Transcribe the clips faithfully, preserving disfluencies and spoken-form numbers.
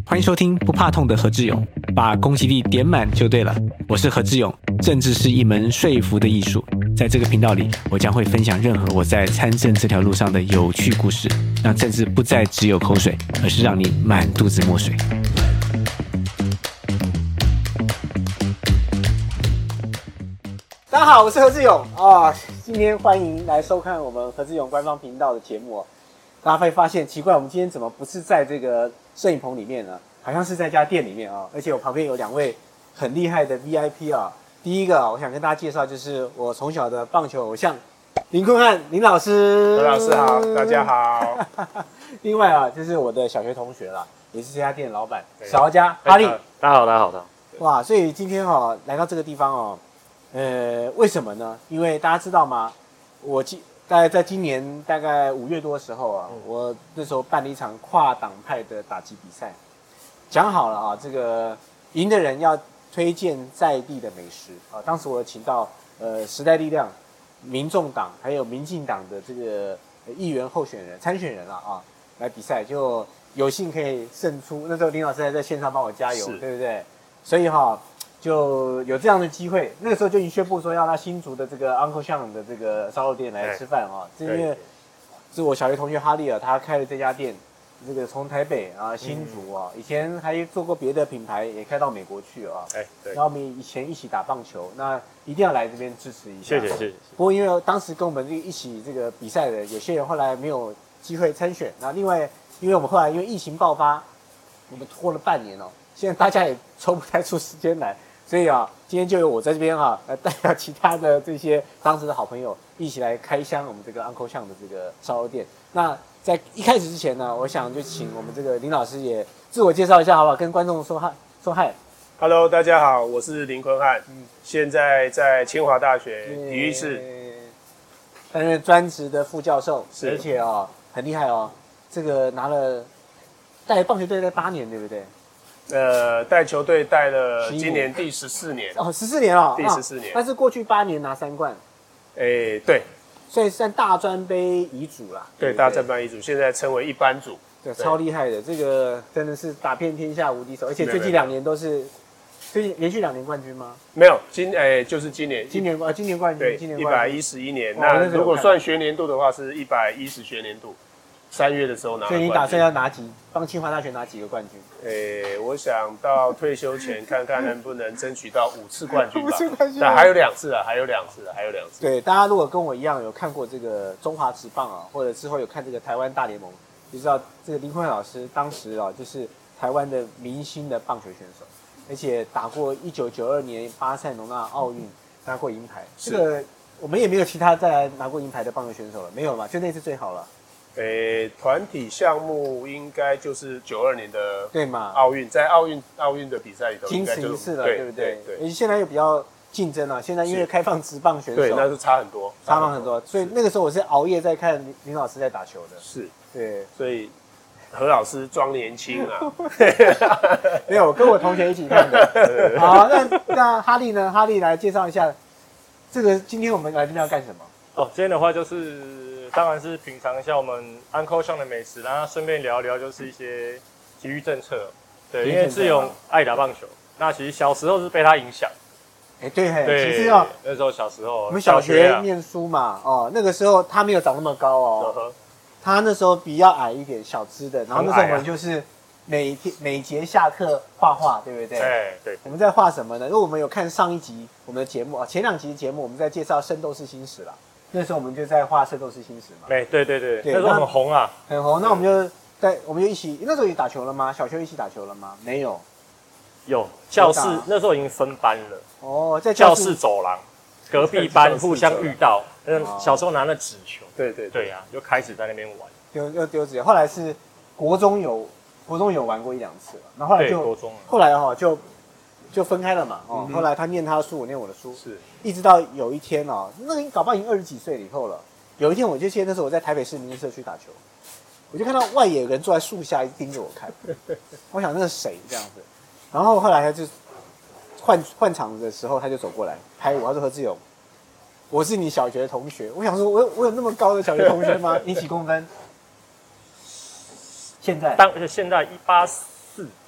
欢迎收听不怕痛的何志勇，把攻击力点满就对了。我是何志勇，政治是一门说服的艺术。在这个频道里，我将会分享任何我在参政这条路上的有趣故事，让政治不再只有口水，而是让你满肚子墨水。大家好，我是何志勇啊，今天欢迎来收看我们何志勇官方频道的节目。大家会发现奇怪，我们今天怎么不是在这个摄影棚里面呢？好像是在家店里面啊，而且我旁边有两位很厉害的 V I P 啊。第一个啊，我想跟大家介绍，就是我从小的棒球偶像林坤汉林老师。 何老师好，大家好。 另外啊，就是我的小学同学啦，也是这家店的老板小家哈利。 大家好，大家好，大家好。 哇，所以今天哈、啊、来到这个地方哦、啊，呃，为什么呢？因为大家知道吗？我记。大概在今年大概五月多的时候啊，嗯、我那时候办了一场跨党派的打击比赛，讲好了啊，这个赢的人要推荐在地的美食啊。当时我请到呃时代力量、民众党还有民进党的这个议员候选人、参选人啊啊来比赛，就有幸可以胜出。那时候林老师还在线上帮我加油，对不对？所以哈、啊。就有这样的机会，那个时候就已经宣布说要到新竹的这个 Uncle Sean 的这个烧肉店来吃饭啊。这因为是我小学同学哈利尔，他开了这家店，这个从台北啊新竹啊，以前还做过别的品牌，也开到美国去啊。哎，对。然后我们以前一起打棒球，那一定要来这边支持一下。 谢谢谢谢。 不过因为当时跟我们一起这个比赛的有些人后来没有机会参选，那另外因为我们后来因为疫情爆发，我们拖了半年哦，现在大家也抽不太出时间来。所以啊，今天就由我在这边哈、啊，来带到其他的这些当时的好朋友一起来开箱我们这个 Uncle Sean 的这个烧肉店。那在一开始之前呢，我想就请我们这个林老师也自我介绍一下，好不好？跟观众说嗨，说嗨。 Hello， 大家好，我是林坤汉，嗯、现在在清华大学体育系担任专职的副教授，而且啊很厉害哦，这个拿了带棒球队带八年，对不对？ 呃，带球队带了今年第十四年哦，十四年了， 第十四年、啊。 但是过去八年拿三冠， 哎，对， 所以算大专杯遗嘱啦。 对，大专杯遗嘱，现在称为一般组， 对，超厉害的，这个真的是打遍天下无敌手，而且最近两年都是，最近连续两年冠军吗？ 没有，今哎就是今年， 今年啊，今年冠军， 对， 今年一百一十一年。 哦、 那如果算学年度的话，是一百一十学年度。三月的时候拿， 所以你打算要拿几帮清华大学拿几个冠军？ 诶，我想到退休前看看能不能争取到五次冠军吧。 五次冠军， 但还有两次啊，还有两次，还有两次。 对，大家如果跟我一样有看过这个中华职棒啊，或者之后有看这个台湾大联盟，就知道这个林坤汉老师当时啊，就是台湾的明星的棒球选手，而且打过一九九二年巴塞隆纳奥运拿过银牌。这个我们也没有其他再来拿过银牌的棒球选手了，没有了嘛？就那次最好了。 诶，团体项目应该就是九二年的对嘛奥运，在奥运奥运的比赛里头， 仅此一次了， 对对不对？ 对。 而且现在又比较竞争了，现在因为开放职棒选手， 对，那是差很多， 差很多。所以那个时候我是熬夜在看林林老师在打球的， 是， 对。 所以何老师装年轻啊， 没有，我跟我同学一起看的。好，那那哈利呢？哈利来介绍一下，这个今天我们来这边要干什么？ 哦，今天的话就是。当然是品尝一下我们 Uncle Sean 的美食，然后顺便聊一聊就是一些体育政策。对，因为志勇爱打棒球，那其实小时候是被他影响。 哎，对， 对， 其实哦， 那时候小时候， 我们小学念书嘛，哦，那个时候他没有长那么高哦，他那时候比较矮一点，小只的。然后那时候我们就是每天每节下课画画，对不对？ 对对。 我们在画什么呢？因为我们有看上一集我们的节目啊，前两集节目我们在介绍《圣斗士星矢》啦。那时候我们就在画《圣斗士星矢》嘛， 对对对对，那时候很红啊， 很红。那我们就在，我们就一起，那时候也打球了吗？小学一起打球了吗？没有， 有教室那时候已经分班了。 哦，在教室走廊，隔壁班互相遇到，嗯，小时候拿那纸球， 对对对啊，就开始在那边玩， 丢又丢纸球。后来是国中有，国中有玩过一两次了，然后后来就国中， 后来哈就。就分开了嘛，哦，嗯、后来他念他的书，我念我的书， 是，一直到有一天哦，那个搞不好已经二十几岁了以后了。有一天我就记得那时候我在台北市民生社区打球，我就看到外野有人坐在树下一直盯着我看，我想那是谁这样子。然后后来他就换换场的时候，他就走过来拍我，他说何志勇，我是你小学的同学。我想说我有我有那么高的小学同学吗？你几公分？现在当现在一八四。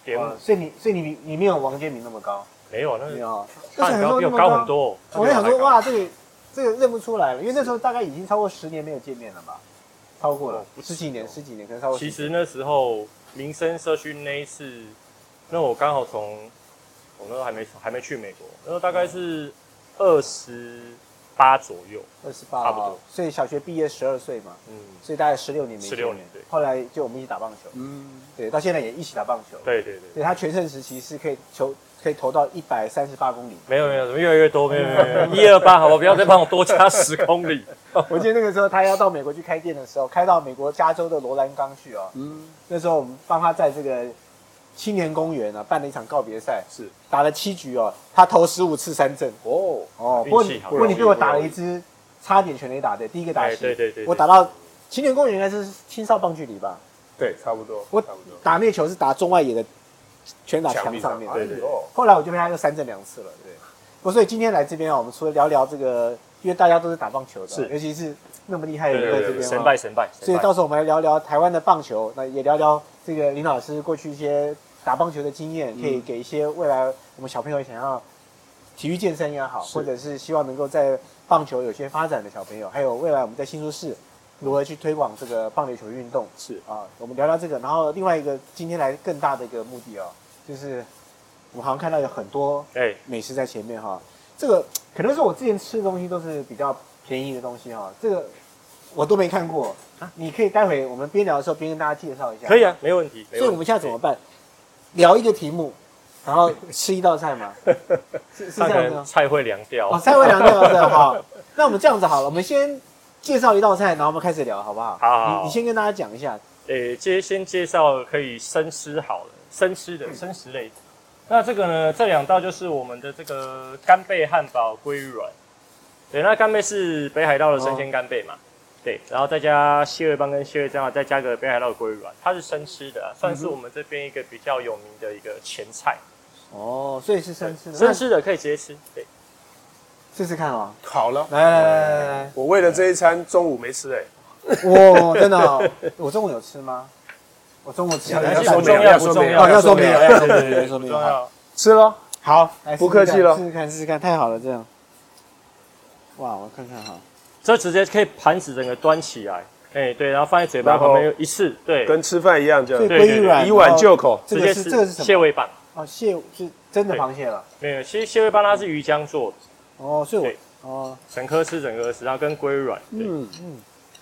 点五， 所以你所以你你没有王建民那么高， 没有，那没有， 他很高，比我高很多。 我想说，哇，这个这个认不出来了，因为那时候大概已经超过十年没有见面了吧，超过了十几年，十几年可能超过。 其实那时候民生社区那一次，那我刚好从我那时候还没还没去美国，那时候大概是二十八左右， 二十八差不多。 所以小学毕业十二岁嘛，嗯，所以大概十六年没见面。 十六年对。 后来就我们一起打棒球，嗯，对，到现在也一起打棒球。 对对对。 对他全盛时期是可以球可以投到一百三十八公里。 没有没有，怎么越来越多？没有没有没有，一二八，好吧，不要再帮我多加十公里。 我记得那个时候他要到美国去开店的时候，开到美国加州的罗兰冈去哦，嗯，那时候我们帮他在这个青年公园啊办了一场告别赛， 是打了七局哦，他投十五次三振。哦哦，不过你不过你被我打了一支。差点全垒打，对，第一个打席， 对对对， 我打到青年公园应该是青少棒距离吧？ 对，差不多。 我打那球是打中外野的全打墙上面， 对对。 后来我就被他又三振两次了，对。不，所以今天来这边啊，我们除了聊聊这个，因为大家都是打棒球的， 是， 尤其是那么厉害的人在这边， 神拜神拜。 所以到时候我们来聊聊台湾的棒球，那也聊聊这个林老师过去一些打棒球的经验，可以给一些未来我们小朋友想要体育健身也好，或者是希望能够在棒球有些发展的小朋友，还有未来我们在新竹市如何去推广这个棒垒球运动， 是啊，我们聊聊这个。然后另外一个今天来更大的一个目的哦，就是我们好像看到有很多美食在前面哈，这个可能是我之前吃的东西都是比较便宜的东西哈，这个我都没看过，你可以待会我们边聊的时候边跟大家介绍一下。 可以啊，没问题。 所以我们现在怎么办？聊一个题目。然后吃一道菜嘛，是是这样的。 菜会凉掉。 哦，菜会凉掉的好。那我们这样子好了，我们先介绍一道菜，然后我们开始聊，好不好？ 好。 你你先跟大家讲一下。 诶，接先介绍可以生吃好了，生吃的生食类。那这个呢，这两道就是我们的这个干贝汉堡鲑鱼卵。对，那干贝是北海道的生鲜干贝嘛？哦、对，然后再加蟹味棒跟蟹味酱，再加个北海道的鲑鱼卵，它是生吃的、啊，算是我们这边一个比较有名的一个前菜。 哦，所以是生吃的， 生吃的可以直接吃，对， 试试看哦。 好了， 来来来来来， 我为了这一餐中午没吃哎、 欸，哇，真的、哦，我中午有吃吗？我中午吃， 不重要，不重要， 要说没有，要说没有，要说没有， 吃咯， 好， 不客气了， 试试看，试试看，太好了，这样，哇，我看看哈， 这直接可以盘子整个端起来。哎、欸，对，然后放在嘴巴旁边一次，对， 跟吃饭一样，这样， 对对对， 一碗就口， 直接吃。这个是什么？ 蟹味棒。 哦，蟹是真的螃蟹了。 没有，其实蟹味棒它是鱼浆做的。 哦，所以我哦， 整颗吃整颗吃，然后跟鲑鱼卵。 嗯嗯。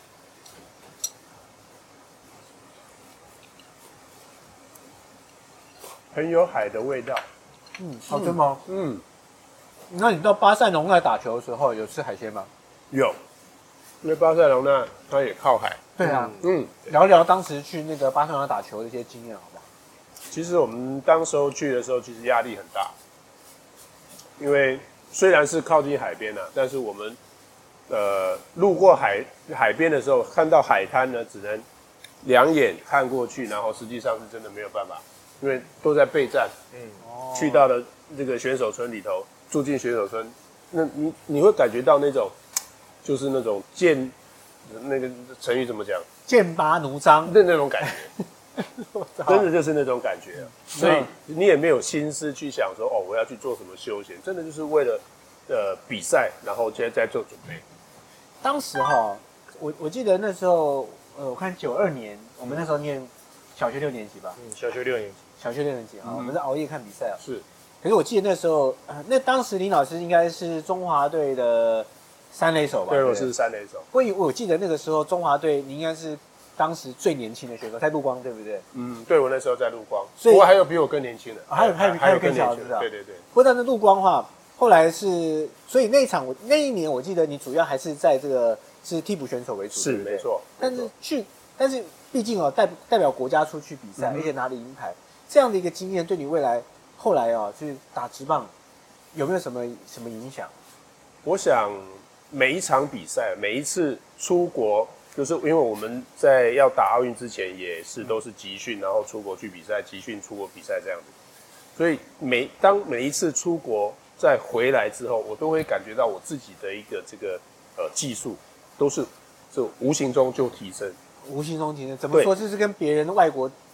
很有海的味道。 嗯，好吃吗？ 嗯。 那你到巴塞隆纳打球的时候有吃海鲜吗？ 有。因为巴塞隆纳它也靠海。 对啊， 嗯， 聊聊当时去那个巴塞隆纳打球的一些经验，好不好？ 其实我们当时候去的时候，其实压力很大，因为虽然是靠近海边啊，但是我们呃路过海海边的时候，看到海滩呢，只能两眼看过去，然后实际上是真的没有办法，因为都在备战。嗯，哦，去到了这个选手村里头，住进选手村，那你你会感觉到那种。就是那种剑，那个成语怎么讲？ 剑拔弩张的那种感觉，真的就是那种感觉、啊。所以你也没有心思去想说，哦，我要去做什么休闲，真的就是为了呃比赛，然后现在在做准备。 当时哈，我我记得那时候，呃，我看九二年，我们那时候念小学六年级吧？ 嗯，小学六年级， 小学六年级啊，我们是熬夜看比赛啊。 是。 可是我记得那时候，呃、那当时林老师应该是中华队的。三垒手吧， 对，我是三垒手。 我我记得那个时候中华队，你应该是当时最年轻的选手，在陆光，对不对？ 嗯，对，我那时候在陆光，所以不过还有比我更年轻的， 啊、还有还有还有更小的， 对对对。 不过但是陆光的话，后来是，所以那一场我那一年我记得你主要还是在这个是替补选手为主， 是没错。 但是去，但是毕竟哦，代代表国家出去比赛，嗯、而且拿了银牌，这样的一个经验，对你未来后来哦去打职棒有没有什么什么影响？ 我想。每一场比赛，每一次出国，就是因为我们在要打奥运之前，也是都是集训，然后出国去比赛，集训出国比赛这样子。所以每当每一次出国再回来之后，我都会感觉到我自己的一个这个呃技术，都是就无形中就提升。 无形中提升，怎么说？就是跟别人外国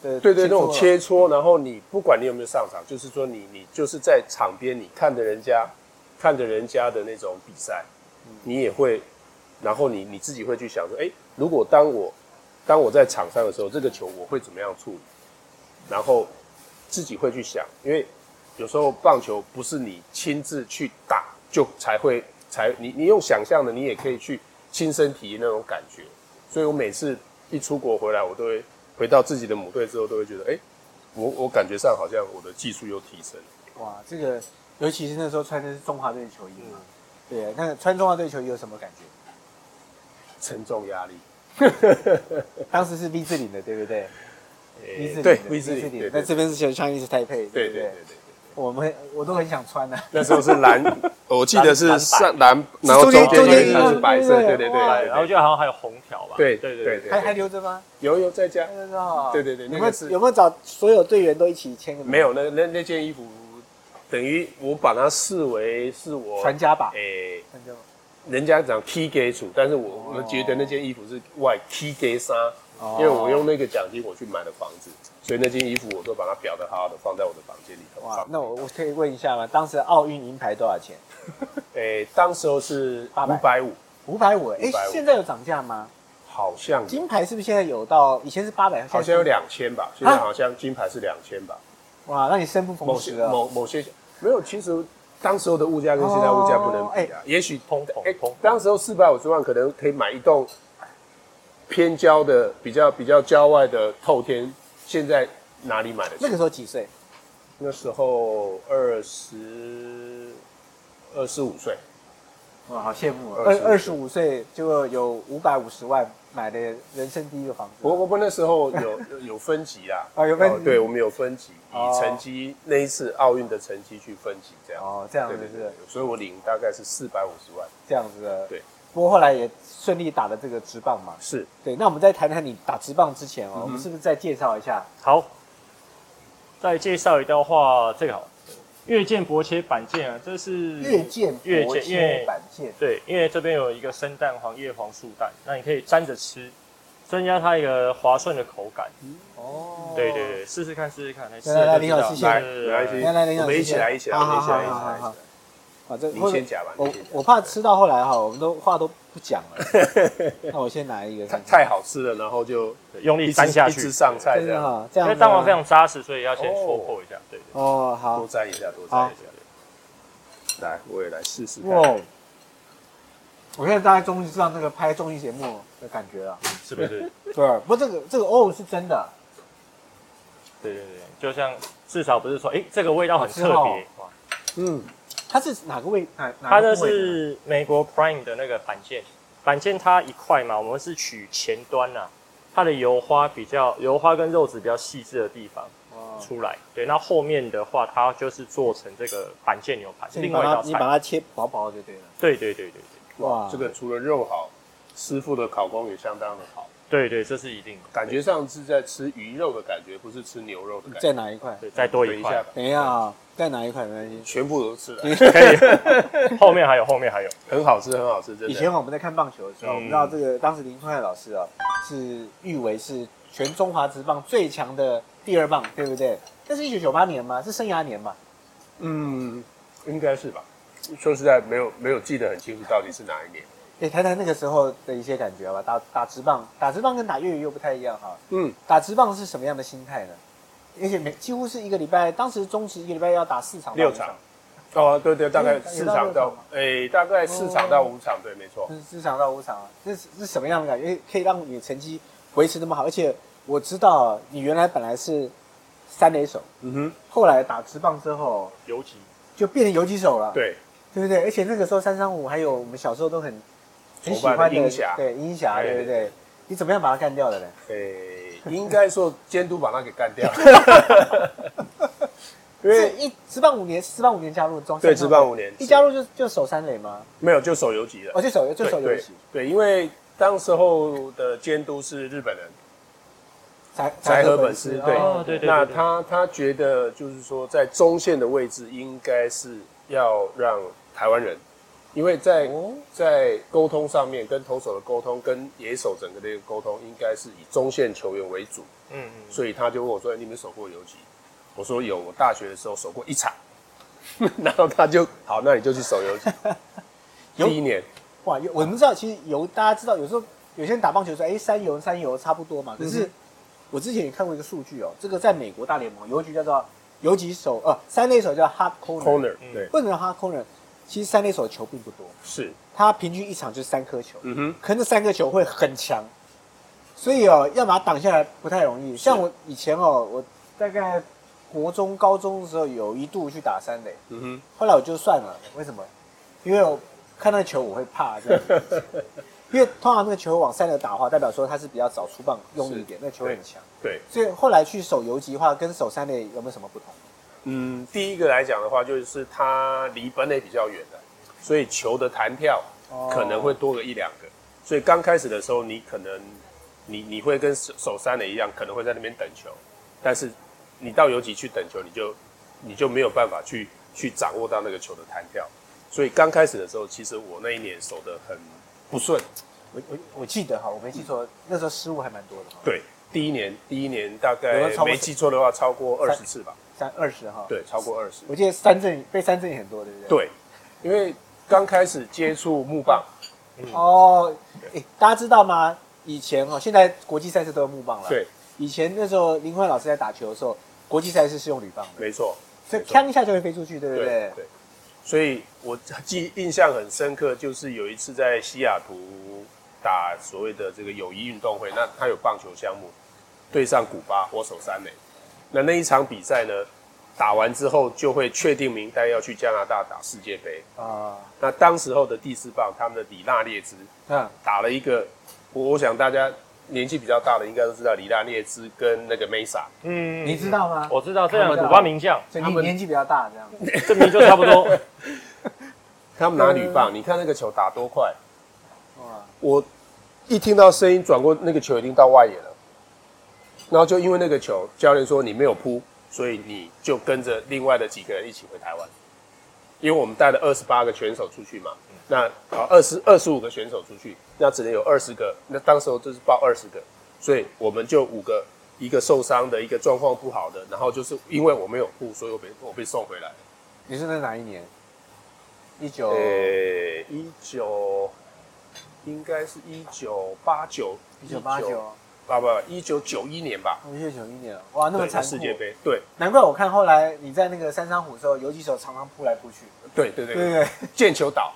的对对，那种切切磋，然后你不管你有没有上场，就是说你你就是在场边，你看着人家看着人家的那种比赛，你也会，然后你你自己会去想说，哎，如果当我当我在场上的时候，这个球我会怎么样处理？然后自己会去想，因为有时候棒球不是你亲自去打就才会才你你用想象的，你也可以去亲身体验那种感觉。所以我每次一出国回来，我都会。回到自己的母队之后，都会觉得，哎、欸，我我感觉上好像我的技术又提升。 哇，这个尤其是那时候穿的是中华队球衣嘛，嗯、对，那穿中华队球衣有什么感觉？ 沉重压力。 当时是 V 字领的，对不对？ 欸、V 字领，对 V 字领。 那这边是像意是泰配， 对对对对。 我们我都很想穿的、啊。 那时候是蓝，我记得是上蓝，然后中间有一层是白色，对对对。 然后我记得好像还有红条吧。 对对对对。 还还留着吗？ 有有在家。对对对。 有没有有没有找所有队员都一起签个名？ 没有，那那那件衣服等于我把它视为是我传家吧。 诶，人家讲 T 给处，但是我我觉得那件衣服是外 T 给衫，因为我用那个奖金我去买了房子。所以那件衣服我都把它裱得好好的，放在我的房间里头。 哇，那我我可以问一下吗？当时奥运银牌多少钱？ 诶、欸，当时候是五百五， 五百五。哎，现在有涨价吗？ 好像金牌是不是现在有到？以前是八百， 好像有两千吧。现在好像金牌是两千吧。 哇，那你生不逢时了。 某某些没有，其实当时候的物价跟现在物价不能比啊。也许通膨，哎， 当时候四百五十万可能可以买一栋偏郊的、比较比较郊外的透天。现在哪里买的？ 那个时候几岁？ 那时候二十二十五岁。 哇，好羡慕！二二十五岁就有五百五十万买的人生第一个房子。 我我们那时候有有分级啦， 啊有分级、哦， 对，我们有分级，以成绩、哦、那一次奥运的成绩去分级这样。 哦，这样子是。 对对对，所以我领大概是四百五十万。 这样子的。 对。 不过后来也顺利打了这个职棒嘛。 是。对， 那我们再谈谈你打职棒之前哦，嗯、我们是不是再介绍一下？ 好。再介绍一道话，这个好。越剑薄切板腱啊，这是越剑薄切板腱。 对，因为这边有一个生蛋黄叶黄素蛋，那你可以沾着吃，增加它一个滑顺的口感。哦，对对对，试试看，试试看，来来来，林老师先， 来来来，林老师，我们一起来，一起来，一起来，一起来，一起来。 好，这你先夹吧。 我我怕吃到后来哈，我们都话都不讲了。那我先拿一个。 太太好吃了，然后就用力沾下去， 一直上菜这样。 这样， 因为蛋黄非常扎实，所以要先戳破一下。对对。 哦，好。 多沾一下，多沾一下。来，我也来试试看。哇！ 我现在大概终于知道那个拍综艺节目的感觉了， 是不是？ 对，不过这个这个哦是真的。 对对对，就像至少不是说，哎，这个味道很特别。哇， 嗯。它是哪个味？哪哪它这是美国 Prime 的那个板腱，板腱它一块嘛，我们是取前端呐、啊，它的油花比较油花跟肉质比较细致的地方出来。对，那后面的话，它就是做成这个板腱牛排，另外一道菜。 你把它切薄薄就对了。 对对对对对。哇，这个除了肉好，师傅的烤工也相当的好。 对对，这是一定的。 感觉上是在吃鱼肉的感觉，不是吃牛肉的感觉。 再拿一块， 对，再多一块。 等一下啊，再拿一块没关系。 全部都吃了， 可以。后面还有，后面还有， 很好吃，很好吃，真的。 以前我们在看棒球的时候，我们知道这个当时林坤汉老师啊，是誉为是全中华职棒最强的第二棒，对不对？这是一九九八年吗？是生涯年嘛？ 嗯，应该是吧。说实在，没有没有记得很清楚，到底是哪一年。 哎，谈谈那个时候的一些感觉吧。打打职棒，打职棒跟打粤语又不太一样哈。嗯，打职棒是什么样的心态呢？而且每几乎是一个礼拜，当时中职一个礼拜要打四场、 六场。哦，对对，大概四场到，哎，大概四场到五场，对，没错。 四场到五场啊，这是是什么样的感觉？可以让你成绩维持那么好，而且我知道你原来本来是三垒手，嗯哼，后来打职棒之后， 游击就变成游击手了， 对， 对不对？而且那个时候三三五还有我们小时候都很。很喜欢的鹰侠， 对鹰侠，对不对？你怎么样把他干掉的呢？ 诶，应该说监督把他给干掉。 因为一职棒五年，职棒五年加入中， 对，职棒五年一加入就就守三垒吗？ 没有，就守游击了。 哦，就守就守游击。 对，因为当时候的监督是日本人， 柴柴河本司。对， 对对。 那他他觉得就是说，在中线的位置应该是要让台湾人。因为在、哦、在沟通上面，跟投手的沟通，跟野手整个的一个沟通，应该是以中线球员为主。 嗯嗯， 所以他就问我说：“你有没有守过游击？”我说：“有，我大学的时候守过一场。”然后他就好，那你就去守游击。第一年， 哇，有我们知道，其实游大家知道，有时候有些人打棒球说，哎，三游三游差不多嘛。可是、嗯、我之前也看过一个数据哦，这个在美国大联盟游击叫做游击手，呃，三垒手叫 hard corner。 corner， 对， 为什么叫 hard corner？其实三垒手的球并不多， 是他平均一场就是三颗球， 嗯哼， 可那三颗球会很强，所以哦，要把它挡下来不太容易。像我以前哦，我大概国中、高中的时候有一度去打三垒，嗯哼，后来我就算了，为什么？因为我看那球我会怕这样，因为通常那个球往三垒打的话，代表说他是比较早出棒用力一点，那球很强， 对， 所以后来去守游击的话，跟守三垒有没有什么不同？ 嗯，第一个来讲的话，就是它离本垒比较远的，所以球的弹跳可能会多个一两个。所以刚开始的时候，你可能你你会跟守守三垒一样，可能会在那边等球，但是你到游击去等球，你就你就没有办法去去掌握到那个球的弹跳。所以刚开始的时候，其实我那一年守得很不顺。 我我我记得哈，我没记错，那时候失误还蛮多的。 对，第一年第一年大概没记错的话，超过二十次吧。 三二十哈， 对，超过二十。 我记得三振被三振也很多，对不对？ 对，因为刚开始接触木棒。 嗯、哦，哎，大家知道吗？以前哦，现在国际赛事都有木棒了。 对， 以前那时候林慧老师在打球的时候，国际赛事是用铝棒的。 没错， 所以锵一下就会飞出去，对不对？ 对。对，所以我记印象很深刻，就是有一次在西雅图打所谓的这个友谊运动会，那他有棒球项目，对上古巴，我守三垒。那那一场比赛呢，打完之后就会确定名单要去加拿大打世界杯啊。那当时候的第四棒，他们的里纳列兹，嗯，打了一个，我我想大家年纪比较大的应该都知道里纳列兹跟那个梅萨， 嗯，你知道吗？ 我知道，这两个古巴名将， 所以你年纪比较大，这样， 证明就差不多。 他们拿铝棒，你看那个球打多快，哇！我一听到声音转过，那个球已经到外野了。然后就因为那个球，教练说你没有扑，所以你就跟着另外的几个人一起回台湾。因为我们带了二十八个选手出去嘛，那啊二十二十五个选手出去，那只能有二十个，那当时候就是报二十个，所以我们就五个，一个受伤的，一个状况不好的，然后就是因为我没有扑，所以我被我被送回来。 你是那哪一年？一九呃一九，应该是一九八九， 一九八九。 啊不，一九九一年吧。 一九九一年，哇，那么残酷。 世界杯，对， 难怪我看后来你在那个三山虎的时候，游击手常常扑来扑去。 对对对对对， 毽球倒。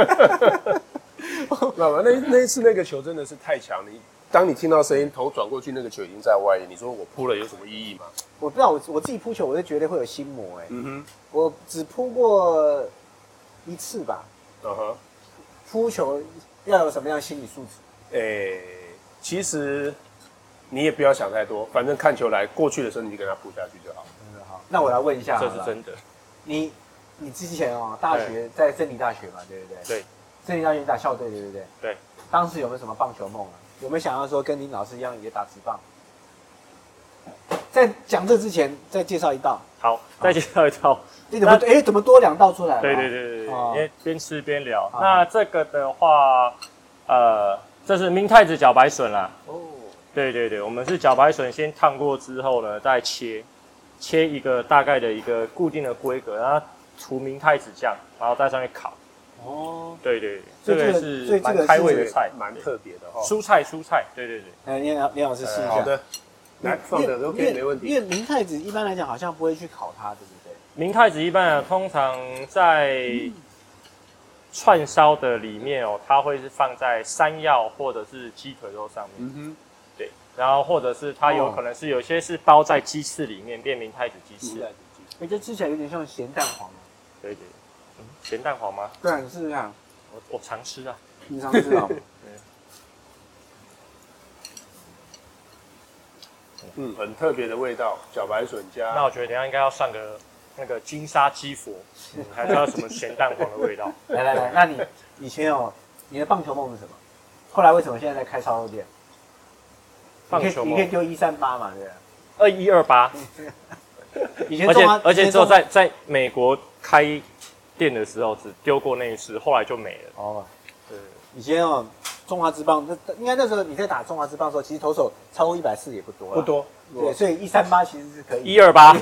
那那那一次那个球真的是太强了，你当你听到声音，头转过去，那个球已经在外野，你说我扑了有什么意义吗？ 我不知道，我我自己扑球，我是绝对会有心魔哎、欸。嗯哼，我只扑过一次吧。嗯哼，扑球要有什么样的心理素质？ 诶、欸，其实。你也不要想太多，反正看球来过去的时候，你就跟他扑下去就好。 嗯，好。那我来问一下， 这是真的。 你你之前哦，大学在真理大学嘛，对不对？ 对。 真理大学你打校队，对不对？ 对。 当时有没有什么棒球梦啊？有没有想要说跟林老师一样也打职棒？在讲这之前，再介绍一道。 好，再介绍一道。 你怎么哎怎么多两道出来了？ 对对对对对，因为边吃边聊。那这个的话，呃，这是明太子茭白笋啦。哦。对对对，我们是茭白笋先烫过之后呢，再切，切一个大概的一个固定的规格，然后涂明太子酱，然后在上面烤。哦，对对对，这个是蛮开胃的菜， 蛮特别的哈。 蔬菜蔬菜，对对对。 呃，林老林老师试一下。 好的，来放的都可以，没问题。 因为明太子一般来讲好像不会去烤它，对不对？ 明太子一般啊，通常在串烧的里面哦，它会是放在山药或者是鸡腿肉上面。嗯哼。然后或者是它有可能是有些是包在鸡翅里面变明太子鸡翅， 哎，这吃起来有点像咸蛋黄。 对对，嗯，咸蛋黄吗？ 对，你试试看。 我我常吃啊， 你常吃啊？ 嗯，很特别的味道，茭白笋加。 那我觉得等一下应该要上个那个金沙鸡佛，嗯，还知道什么咸蛋黄的味道。 来来来，那你以前哦，你的棒球梦是什么？后来为什么现在在开烧肉店？棒球梦，你可以丢一三八嘛，对不对？ 二一二八。 以前而且而且之后在在美国开店的时候只丢过那一次，后来就没了。哦， 对，以前哦，中华职棒，那应该那时候你在打中华职棒的时候，其实投手超过一百四也不多， 不多。 对，所以一三八其实是可以。 一二八，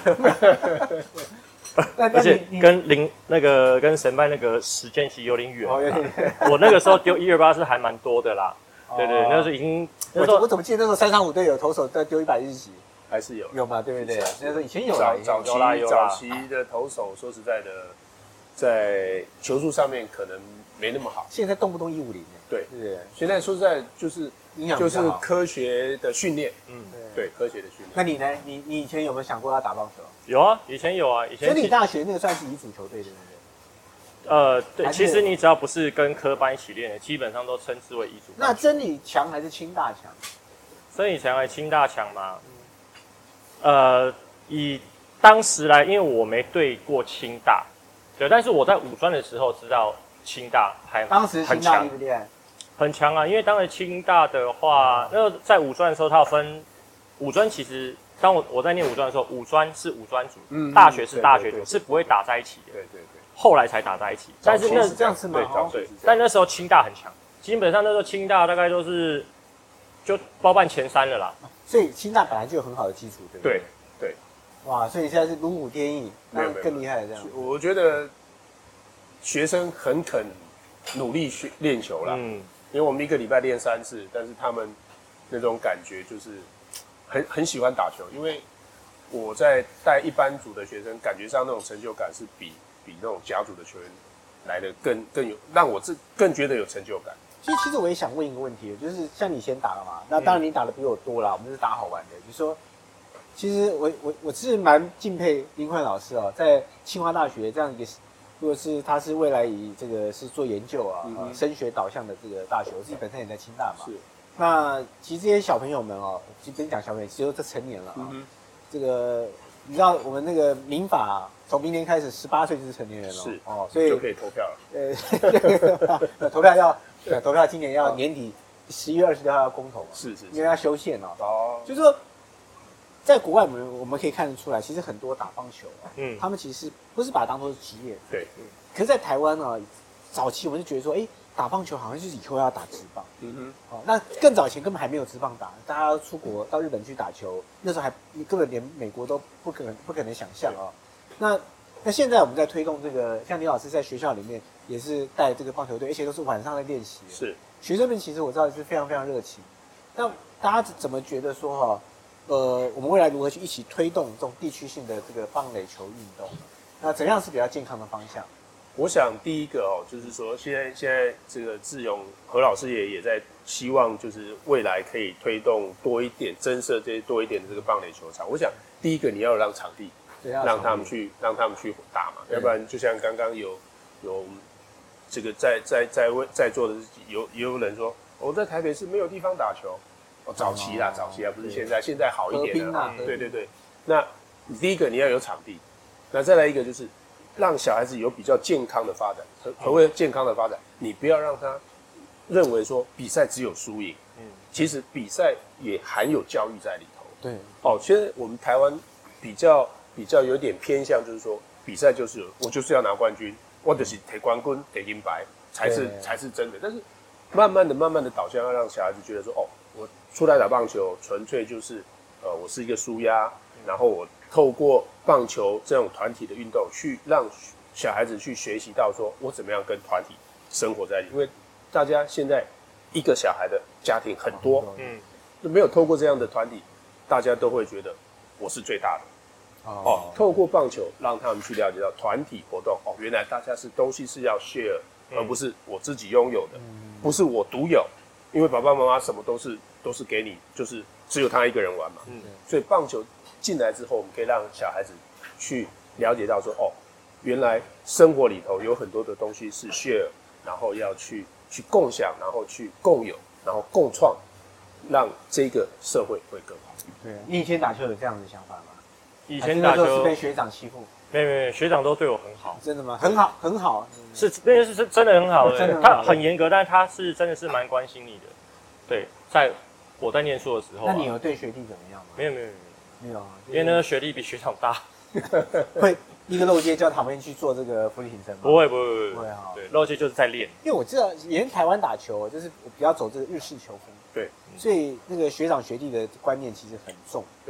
那而且跟零那个跟神拜那个时间其实有点远。 哦，有点。 我那个时候丢一二八是还蛮多的啦。对对， 哦那时候已经那我时候我怎么记得那时候三商五队有投手在丢一百日籍？ 还是有有嘛？对不对？那时候以前有啦， 早早期有啦有啦早期的投手，说实在的，在球速上面可能没那么好。 现在动不动一五零， 对， 对， 现在说实在就是营养就是比较好科学的训练， 嗯， 对科学的训练。 那你呢？你你以前有没有想过要打棒球？ 有啊，以前有啊，以前所以你大学那个算是乙组球队对不对？ 呃对， 还是其实你只要不是跟科班一起练的，基本上都称之为乙组。 那真理强还是清大强？ 真理强还是清大强嘛？呃，以当时来，因为我没对过清大，对，但是我在五专的时候知道清大还当时很强清大厉不厉害？ 很强啊。因为当时清大的话，那个在五专的时候，它有分五专，其实当我我在念五专的时候，五专是五专组， 嗯大学是大学组， 对对对是不会打在一起的。 对对对， 后来才打在一起，但是那是这样子吗？ 对，早哦期是这样。 但那时候清大很强，基本上那时候清大大概都是就包办前三了啦。 所以清大本来就有很好的基础，对不对？ 对对， 哇，所以现在是如虎添翼，那没有没有更厉害了这样。 我觉得学生很肯努力学练球啦， 嗯， 因为我们一个礼拜练三次，但是他们那种感觉就是很很喜欢打球，因为我在带一般组的学生，感觉上那种成就感是比比那种甲组的球员来的更更有，让我自更觉得有成就感。 其实，其实我也想问一个问题，就是像你先打了嘛，那当然你打的比我多啦，我们是打好玩的。就是说，其实我我我是蛮敬佩林焕老师哦，在清华大学这样一个，如果是他是未来以这个是做研究啊， 嗯呃升学导向的这个大学，我自己本身也在清大嘛。 是， 那其实这些小朋友们哦，其实不是讲小朋友，其实都这成年了啊、 嗯哼， 这个你知道我们那个民法、啊、从明年开始十八岁就是成年人了， 是哦，所以就可以投票了。 呃，投票要呃投票今年要年底十一月二十六号要公投嘛， 是是是。 因为要修宪哦。 哦， 就是说，在国外我们我们可以看得出来，其实很多打棒球啊， 嗯他们其实不是把它当做是职业， 对， 可是，在台湾呢，早期我们就觉得说，哎，打棒球好像就是以后要打职棒。 嗯哦，那更早以前根本还没有职棒打，大家出国到日本去打球，那时候还根本连美国都不可能不可能想象啊、哦。那那现在我们在推动这个，像李老师在学校里面也是带这个棒球队，而且都是晚上在练习。 哼，是。 学生们其实我知道是非常非常热情。那大家怎么觉得说哈、呃，我们未来如何去一起推动这种地区性的这个棒垒球运动？那怎样是比较健康的方向？ 我想第一个哦，就是说现在现在这个志勇何老师也也在希望，就是未来可以推动多一点增设这些多一点的这个棒垒球场。我想第一个你要让场地，让他们去让他们去打嘛，要不然就像刚刚有有这个在在在位在座的有也有人说，我、哦、在台北市没有地方打球，哦早期啦、哦、早期啊不是现在，现在好一点了、啊嗯，对对对。那第一个你要有场地，那再来一个就是。让小孩子有比较健康的发展。何何谓健康的发展？你不要让他认为说比赛只有输赢，嗯，其实比赛也含有教育在里头。 对， 哦，其实我们台湾比较比较有点偏向，就是说比赛就是我就是要拿冠军，或者是得冠军得银牌才是才是真的。但是慢慢的、慢慢的导向要让小孩子觉得说，哦，我出来打棒球纯粹就是呃，我是一个抒压，然后我。透过棒球这种团体的运动，去让小孩子去学习到说，我怎么样跟团体生活在一起。因为大家现在一个小孩的家庭很多，嗯，就没有透过这样的团体，大家都会觉得我是最大的。哦，哦透过棒球让他们去了解到团体活动，哦，原来大家是东西是要 share，、嗯、而不是我自己拥有的，嗯、不是我独有。因为爸爸妈妈什么都是都是给你，就是只有他一个人玩嘛。嗯，所以棒球。进来之后，我们可以让小孩子去了解到说，哦，原来生活里头有很多的东西是 share， 然后要去去共享，然后去共有，然后共创，让这个社会会更好。 对，你以前打球有这样的想法吗？ 以前打球是被学长欺负？ 没有没有，学长都对我很好。 真的吗？很好，很好。 是，那是是真的很好的， 真的他很严格，但是他是真的是蛮关心你的。对，在我在念书的时候、啊， 那你有对学弟怎么样吗？ 没有没有没有。 没有啊， 因为那个学历比学长大， 会一个漏接叫旁边去做这个浮力挺身吗？ 不会不会不会不会哈， 对，漏接就是在练。 因为我知道以前台湾打球就是比较走这个日式球风， 对， 所以那个学长学弟的观念其实很重， 对，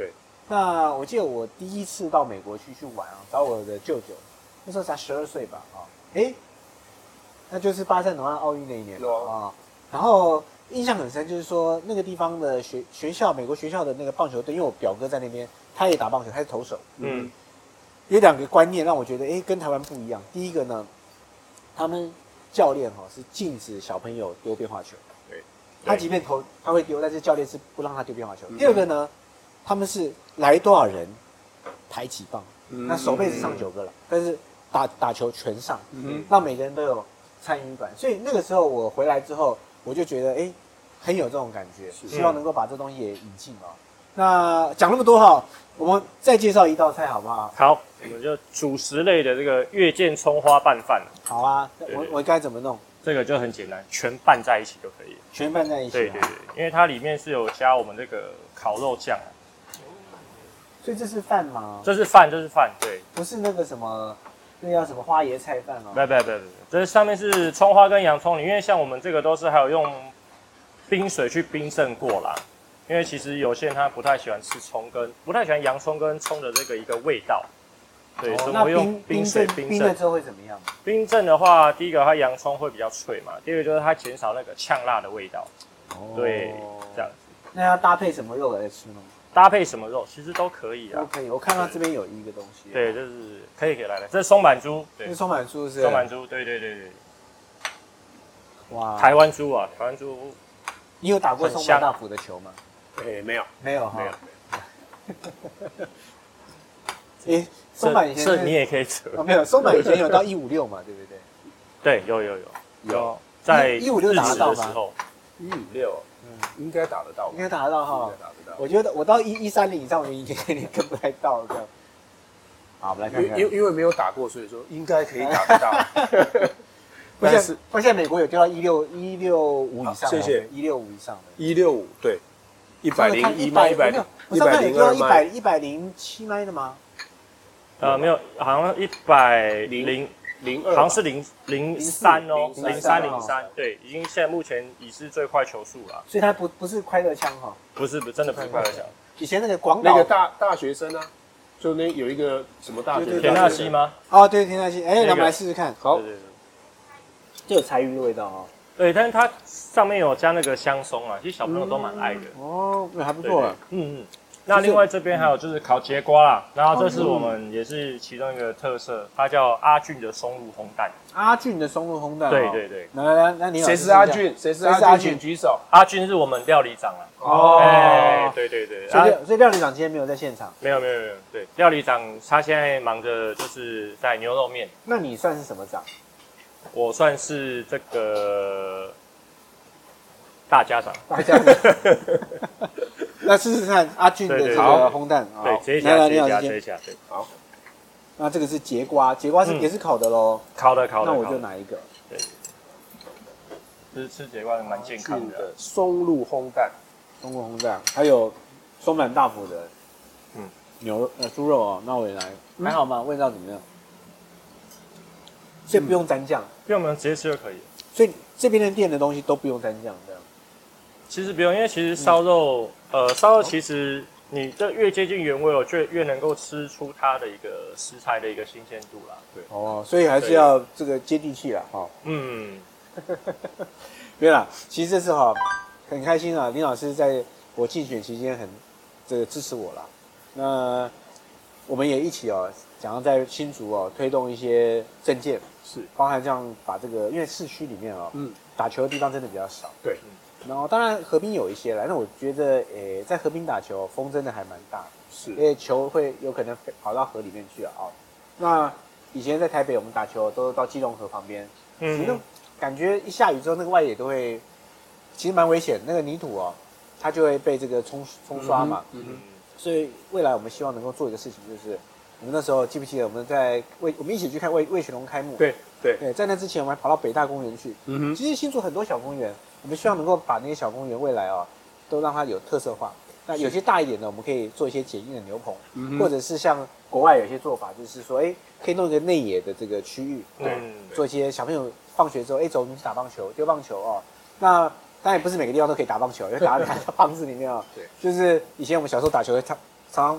那我记得我第一次到美国去去玩啊，找我的舅舅，那时候才十二岁吧啊，哎，那就是巴塞罗那奥运那一年啊。然后印象很深，就是说那个地方的学学校，美国学校的那个棒球队，因为我表哥在那边，他也打棒球，他是投手。嗯，有两个观念让我觉得，哎，跟台湾不一样。第一个呢，他们教练哈是禁止小朋友丢变化球。 对， 他即便投他会丢，但是教练是不让他丢变化球。第二个呢，他们是来多少人排几棒，那手背只上九个了，但是打打球全上，让每个人都有参与感。所以那个时候我回来之后，我就觉得哎，很有这种感觉，希望能够把这东西也引进哦。那讲那么多哈，我们再介绍一道菜好不好？ 好，我们就主食类的这个月见葱花拌饭。 好啊，我我该怎么弄？ 这个就很简单，全拌在一起就可以。 全拌在一起。 对对对，因为它里面是有加我们这个烤肉酱。 所以这是饭吗？ 这是饭，这是饭，对。 不是那个什么，那叫什么花椰菜饭哦？ 不不不不，这上面是葱花跟洋葱，因为像我们这个都是还有用冰水去冰镇过啦。因为其实有些人他不太喜欢吃葱跟，不太喜欢洋葱跟葱的这个一个味道。对，所以我们用冰水冰镇。 冰了之后会怎么样？ 冰镇的话，第一个它洋葱会比较脆嘛，第二个就是它减少那个呛辣的味道。哦，对，这样子。 那要搭配什么肉来吃呢？ 搭配什么肉其实都可以啊。 都可以。我看到这边有一个东西。 对，就是可以给来的，这是松板猪。 这是松板猪是？ 松板猪，对对对对。 哇， 台湾猪啊，台湾猪。 你有打过松板大辅的球吗？ 哎，没有， 没有， 没有。 哎，松板以前这你也可以扯。 哦，没有，松板以前有到一五六嘛，对不对？ 对，有有有有，在一五六打得到吗？ 一五六，嗯，应该打得到， 应该打得到哈， 应该打得到。 我觉得我到一一三零以上，我应该有点跟不太到这样。好，我们来看看， 因因为没有打过，所以说应该可以打得到。 但是，不过现在美国有丢到一六一六五以上， 谢谢， 一六五以上的， 一六五对，一百零一迈，一百零一百零二迈，一百零七迈的吗？ 呃，没有，好像一百零零二， 好像是零零三哦，零三零三，对，已经现在目前已是最快球速了。 所以它不不是快乐枪哈， 不是不是真的不是快乐枪。 以前那个广岛那个大大学生啊，就那有一个什么大学生， 田纳西吗？ 哦，对，田纳西，哎，那我们来试试看。 好， 就有柴鱼的味道哦。 对，但是它上面有加那个香松啊，其实小朋友都蛮爱的。 哦，那还不错啊。 嗯嗯。那另外这边还有就是烤节瓜啦，然后这是我们也是其中一个特色，它叫阿俊的松露烘蛋。 阿俊的松露烘蛋， 对对对。 来来来，那你谁是阿俊？谁是阿俊？请举手。 阿俊是我们料理长啊。 哦， 哎，对对对。 所以所以料理长今天没有在现场。 没有没有没有，对，料理长他现在忙着就是在牛肉面。 那你算是什么长？ 我算是这个大家长。 大家长。那试试看阿俊的这个烘蛋， 对，直接夹，直接夹，直接夹，对， 好。 那这个是节瓜，节瓜是也是烤的喽， 烤的，烤的。 那我就拿一个。 对，吃吃节瓜蛮健康的。 松露烘蛋， 松露烘蛋，还有松板大辅的，嗯，牛呃猪肉哦，那我也来，还好吗？味道怎么样？所以不用蘸酱， 不用，我们直接吃就可以。 所以这边的店的东西都不用蘸酱，这样。 其实不用，因为其实烧肉，嗯、呃，烧肉其实你这越接近原味哦，就越能够吃出它的一个食材的一个新鲜度啦。对， 哦，所以还是要这个接地气啦，哈、哦。 嗯， 没有啦，其实这次哈很开心啊，林老师在我竞选期间很这个支持我啦。那我们也一起哦，想要在新竹哦推动一些政见， 是包含这样把这个，因为市区里面哦，嗯，打球的地方真的比较少， 对。 然后当然河滨有一些啦，那我觉得诶，在河滨打球风真的还蛮大的， 是， 因为球会有可能跑到河里面去啊。哦，那以前在台北我们打球都到基隆河旁边，嗯，那感觉一下雨之后那个外野都会，其实蛮危险，那个泥土哦，它就会被这个冲冲刷嘛，嗯嗯，所以未来我们希望能够做一个事情，就是我们那时候记不记得我们在魏我们一起去看魏魏雪龙开幕， 对对对，在那之前我们还跑到北大公园去，嗯哼，其实新竹很多小公园。我们希望能够把那些小公园未来啊、哦，都让它有特色化。那有些大一点的，我们可以做一些简易的牛棚，嗯、或者是像国外有些做法，就是说，哎，可以弄一个内野的这个区域，对，做一些小朋友放学之后，哎，走，我们去打棒球、丢棒球哦。那当然也不是每个地方都可以打棒球，因为打在房子里面啊、哦。对，就是以前我们小时候打球，常常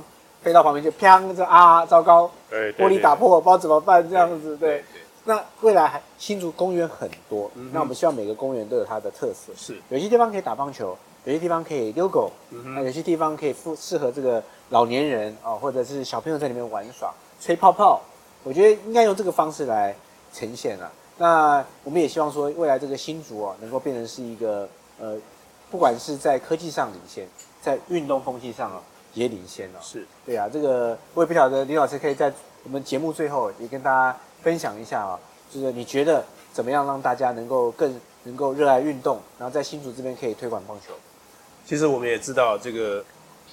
飞到旁边就砰，这啊，糟糕， 对， 玻璃打破，不知道怎么办，这样子，对。那未来还新竹公园很多，嗯、那我们希望每个公园都有它的特色。 是， 有些地方可以打棒球，有些地方可以遛狗，嗯、那有些地方可以适合这个老年人哦，或者是小朋友在里面玩耍、吹泡泡。我觉得应该用这个方式来呈现啊。那我们也希望说，未来这个新竹哦，能够变成是一个呃，不管是在科技上领先，在运动风气上哦也领先哦。 是， 对啊，这个我也不晓得林老师可以在我们节目最后也跟大家分享一下啊，就是你觉得怎么样让大家能够更能够热爱运动，然后在新竹这边可以推广棒球？ 其实我们也知道，这个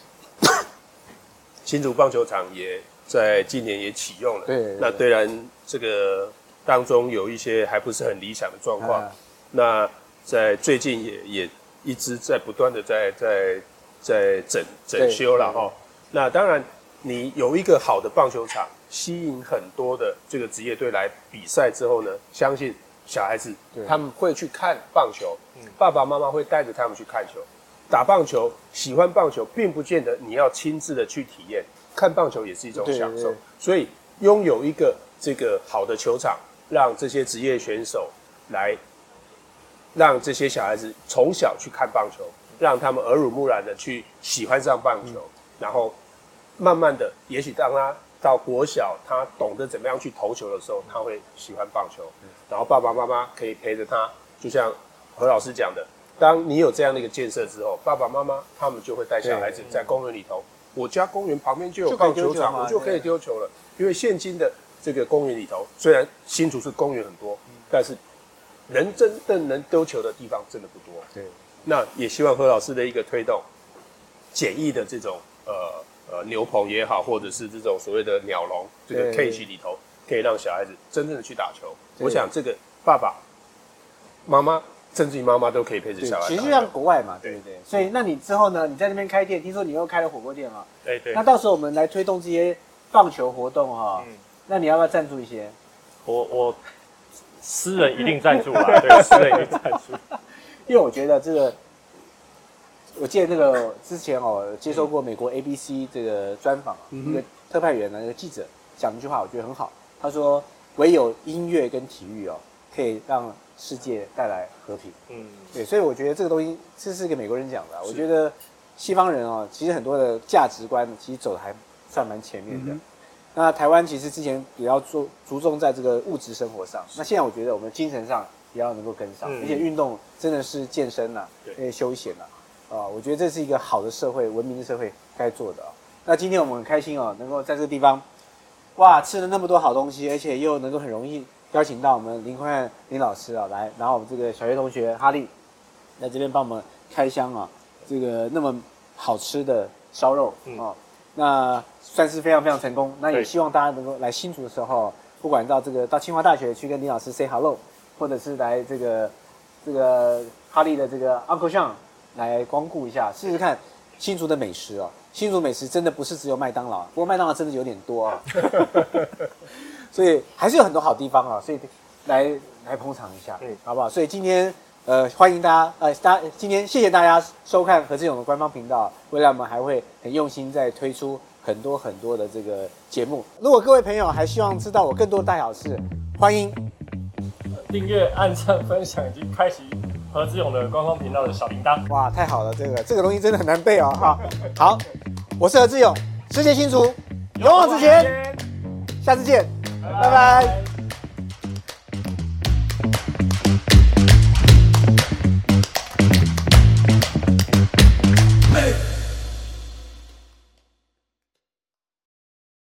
新竹棒球场也在今年也启用了。 对， 对， 对， 那虽然这个当中有一些还不是很理想的状况，啊、那在最近也也一直在不断的在在在整整修了哈。那当然，你有一个好的棒球场，吸引很多的这个职业队来比赛之后呢，相信小孩子他们会去看棒球，爸爸妈妈会带着他们去看球。打棒球，喜欢棒球，并不见得你要亲自的去体验，看棒球也是一种享受。所以拥有一个这个好的球场，让这些职业选手来，让这些小孩子从小去看棒球，让他们耳濡目染的去喜欢上棒球，嗯、然后慢慢的，也许当他到国小，他懂得怎么样去投球的时候，他会喜欢棒球。嗯、然后爸爸妈妈可以陪着他，就像何老师讲的。当你有这样的一个建设之后，爸爸妈妈他们就会带小孩子在公园里头。我家公园旁边就有棒球场，我就可以丢球了。因为现今的这个公园里头，虽然新竹市公园很多，但是人真正能丢球的地方真的不多。 对， 那也希望何老师的一个推动，简易的这种呃呃牛棚也好，或者是这种所谓的鸟笼这个 cage 里头，可以让小孩子真正的去打球。我想这个爸爸妈妈。甚至于妈妈都可以陪着小孩。 其实就像国外嘛，对不对？对所以，那你之后呢？你在那边开店，听说你又开了火锅店嘛？ 对对。 那到时候我们来推动这些棒球活动哈、哦，嗯、那你要不要赞助一些？ 我我私人一定赞助啦，对，私人一定赞助。 因为我觉得这个，我记得那个之前哦，接受过美国 A B C 这个专访，嗯、一个特派员呢，那个记者讲一句话，我觉得很好。他说：“唯有音乐跟体育哦，可以让。”世界带来和平，嗯，对，所以我觉得这个东西这是给美国人讲的、啊。我觉得西方人哦，其实很多的价值观其实走的还算蛮前面的。嗯、那台湾其实之前比较注注重在这个物质生活上，那现在我觉得我们精神上也要能够跟上，嗯、而且运动真的是健身呐、啊，对，休闲呐、啊，啊，我觉得这是一个好的社会、文明的社会该做的啊。那今天我们很开心哦，能够在这个地方，哇，吃了那么多好东西，而且又能够很容易。邀请到我们林坤汉林老师啊来，然后我们这个小学同学哈利在这边帮我们开箱啊，这个那么好吃的烧肉、嗯、哦，那算是非常非常成功。那也希望大家能够来新竹的时候，不管到这个到清华大学去跟林老师 say hello， 或者是来这个这个哈利的这个 Uncle Sean 来光顾一下，试试看新竹的美食哦。新竹美食真的不是只有麦当劳，不过麦当劳真的有点多啊。所以还是有很多好地方啊，所以来来捧场一下，嗯，好不好？所以今天呃，欢迎大家呃，大家今天谢谢大家收看何志勇的官方频道，未来我们还会很用心在推出很多很多的这个节目。如果各位朋友还希望知道我更多大小事，欢迎订阅、按赞、分享以及开启何志勇的官方频道的小铃铛。 哇，太好了，这个这个东西真的很难背哦，哈。好，我是何志勇，世界新竹，勇往直前，下次见。拜拜。